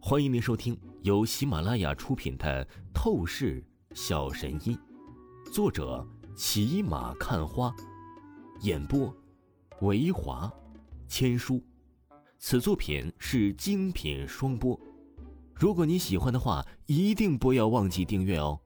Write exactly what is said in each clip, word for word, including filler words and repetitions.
欢迎您收听由喜马拉雅出品的《透视小神医》，作者骑马看花，演播维华千书。此作品是精品双播。如果你喜欢的话，一定不要忘记订阅哦。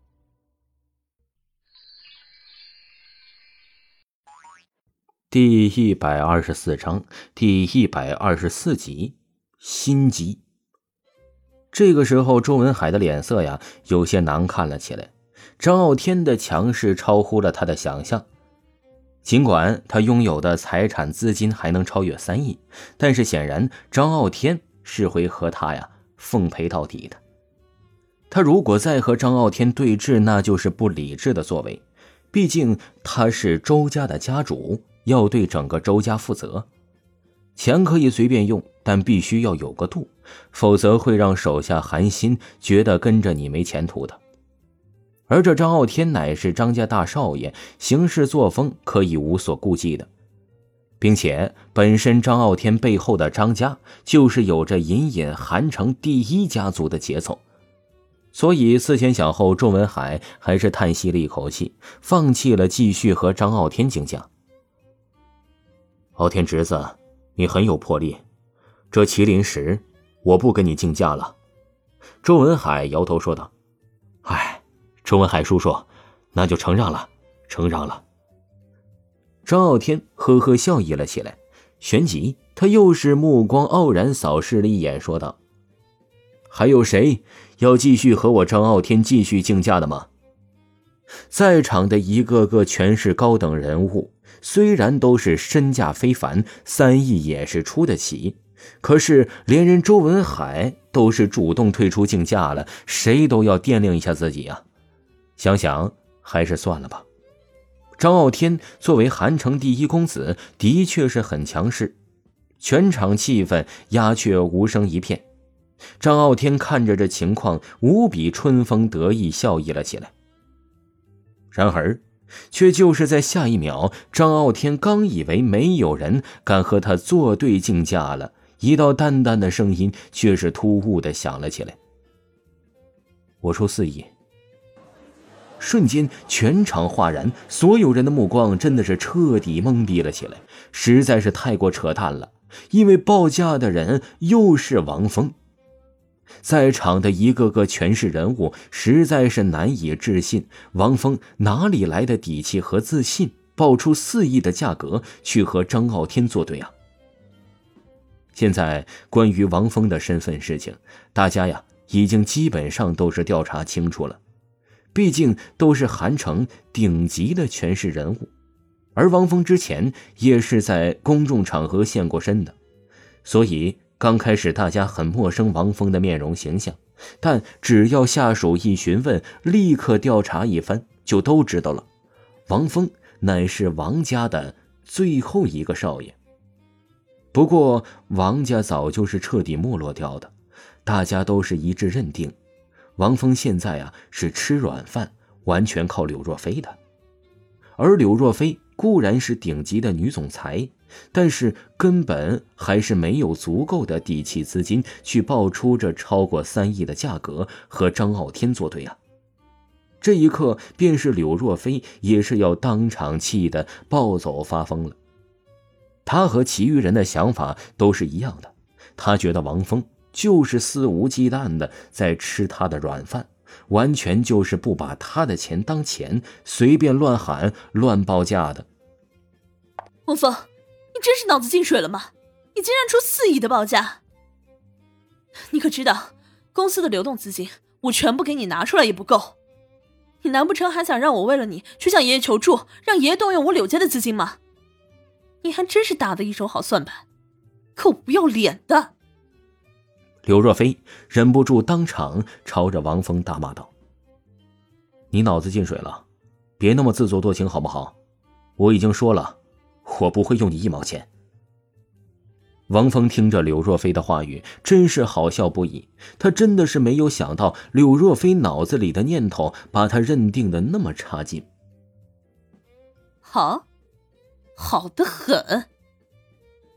第一百二十四章，第一百二十四集，心急。这个时候，周文海的脸色呀，有些难看了起来。张傲天的强势超乎了他的想象。尽管他拥有的财产资金还能超越三亿，但是显然张傲天是会和他呀奉陪到底的。他如果再和张傲天对峙，那就是不理智的作为。毕竟他是周家的家主，要对整个周家负责。钱可以随便用，但必须要有个度，否则会让手下寒心，觉得跟着你没前途的。而这张傲天乃是张家大少爷，行事作风可以无所顾忌的，并且本身张傲天背后的张家就是有着隐隐韩城第一家族的节奏。所以思前想后，周文海还是叹息了一口气，放弃了继续和张傲天竞价。傲天侄子，你很有魄力，这麒麟石我不跟你竞价了。周文海摇头说道。唉，周文海叔叔，那就承让了，承让了。张傲天呵呵笑意了起来，旋即他又是目光傲然扫视了一眼，说道：还有谁要继续和我张傲天继续竞价的吗？在场的一个个全是高等人物，虽然都是身价非凡，三亿也是出得起，可是连人周文海都是主动退出竞价了，谁都要掂量一下自己啊。想想还是算了吧。张傲天作为韩城第一公子，的确是很强势。全场气氛鸦雀无声一片。张傲天看着这情况，无比春风得意，笑意了起来。然而却就是在下一秒，张傲天刚以为没有人敢和他作对竞价了，一道淡淡的声音却是突兀地响了起来：我出四亿。瞬间全场哗然，所有人的目光真的是彻底懵逼了起来，实在是太过扯淡了，因为报价的人又是王峰。在场的一个个权势人物实在是难以置信，王峰哪里来的底气和自信，报出四亿的价格去和张傲天作对啊？现在关于王峰的身份事情，大家呀已经基本上都是调查清楚了。毕竟都是韩城顶级的权势人物，而王峰之前也是在公众场合现过身的，所以刚开始大家很陌生王峰的面容形象，但只要下属一询问，立刻调查一番，就都知道了。王峰乃是王家的最后一个少爷。不过王家早就是彻底没落掉的，大家都是一致认定王峰现在啊是吃软饭，完全靠柳若飞的。而柳若飞固然是顶级的女总裁，但是根本还是没有足够的底气资金去报出这超过三亿的价格和张傲天作对啊。这一刻便是柳若飞也是要当场气得暴走发疯了。他和其余人的想法都是一样的，他觉得王峰就是肆无忌惮的在吃他的软饭，完全就是不把他的钱当钱，随便乱喊乱报价的。 王峰，你真是脑子进水了吗？你竟然出四亿的报价！你可知道公司的流动资金我全部给你拿出来也不够，你难不成还想让我为了你去向爷爷求助，让爷爷动用我柳家的资金吗？你还真是打得一手好算盘，可不要脸的！ 柳若飞忍不住当场朝着王峰大骂道：你脑子进水了，别那么自作多情好不好？我已经说了，我不会用你一毛钱。王峰听着柳若飞的话语，真是好笑不已。他真的是没有想到柳若飞脑子里的念头把他认定的那么差劲。 好，好得很。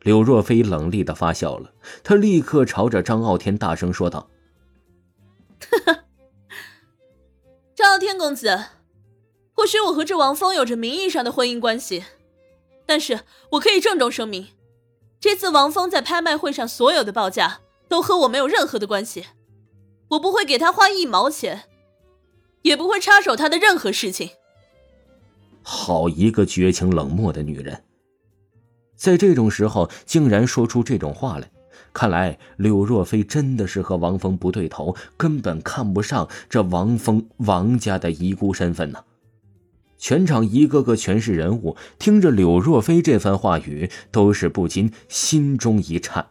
柳若飞冷厉地发笑了，他立刻朝着张傲天大声说道： 张傲天公子，或许我和这王峰有着名义上的婚姻关系，但是我可以郑重声明，这次王峰在拍卖会上所有的报价都和我没有任何的关系，我不会给他花一毛钱，也不会插手他的任何事情。 好一个绝情冷漠的女人，在这种时候竟然说出这种话来，看来柳若飞真的是和王峰不对头，根本看不上这王峰王家的遗孤身份呢。全场一个个权势人物听着柳若飞这番话语，都是不禁心中一颤。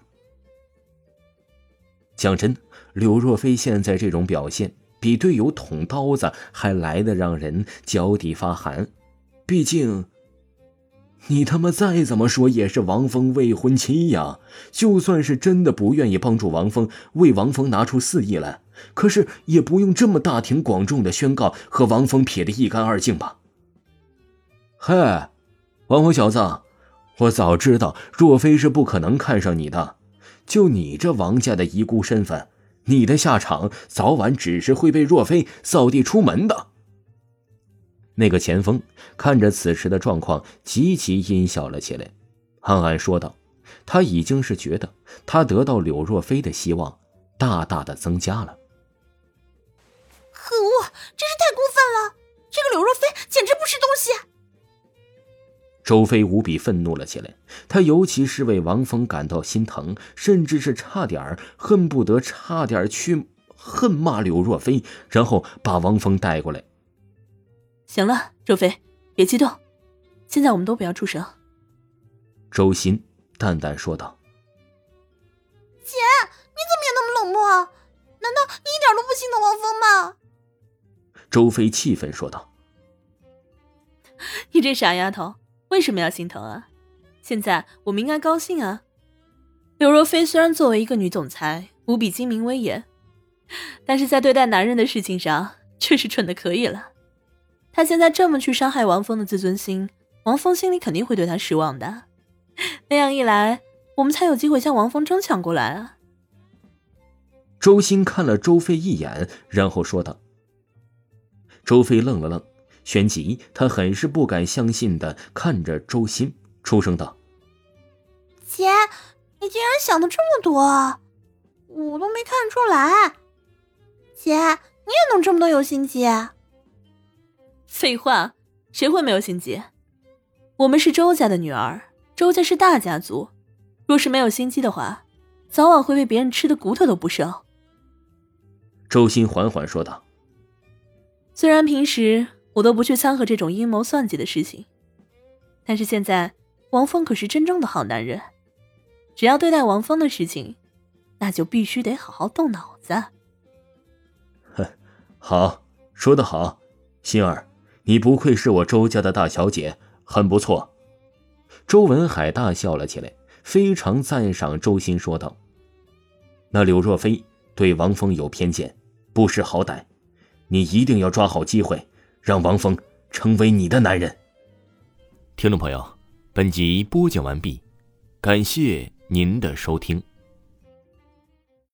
讲真，柳若飞现在这种表现，比队友捅刀子还来得让人脚底发寒。毕竟你他妈再怎么说也是王峰未婚妻呀，就算是真的不愿意帮助王峰，为王峰拿出四亿来，可是也不用这么大庭广众的宣告和王峰撇得一干二净吧。嘿，王峰小子，我早知道若飞是不可能看上你的，就你这王家的遗孤身份，你的下场早晚只是会被若飞扫地出门的。那个前锋看着此时的状况，极其阴笑了起来，暗暗说道：他已经是觉得他得到柳若飞的希望大大的增加了。 可恶，真是太过分了，这个柳若飞简直不是东西。 周飞无比愤怒了起来，他尤其是为王峰感到心疼，甚至是差点恨不得差点去恨骂柳若飞，然后把王峰带过来。 行了，周飞，别激动，现在我们都不要出声。 周鑫淡淡说道： 姐，你怎么也那么冷漠啊？难道你一点都不心疼王峰吗？ 周飞气愤说道： 你这傻丫头，为什么要心疼啊？现在我们应该高兴啊。柳若飞虽然作为一个女总裁无比精明威严，但是在对待男人的事情上确实蠢得可以了。他现在这么去伤害王峰的自尊心，王峰心里肯定会对他失望的。那样一来，我们才有机会向王峰争抢过来啊。 周鑫看了周飞一眼，然后说道。周飞愣了愣，旋即他很是不敢相信地看着周鑫，出声道： 姐，你竟然想的这么多啊，我都没看出来。姐，你也能这么多有心机？废话，谁会没有心机？我们是周家的女儿，周家是大家族，若是没有心机的话，早晚会被别人吃的骨头都不剩。 周鑫缓缓说道： 虽然平时我都不去掺和这种阴谋算计的事情，但是现在王峰可是真正的好男人，只要对待王峰的事情，那就必须得好好动脑子。 哼，好，说得好，鑫儿，你不愧是我周家的大小姐，很不错。周文海大笑了起来，非常赞赏周鑫，说道：那柳若飞对王峰有偏见，不识好歹，你一定要抓好机会，让王峰成为你的男人。 听众朋友，本集播讲完毕，感谢您的收听。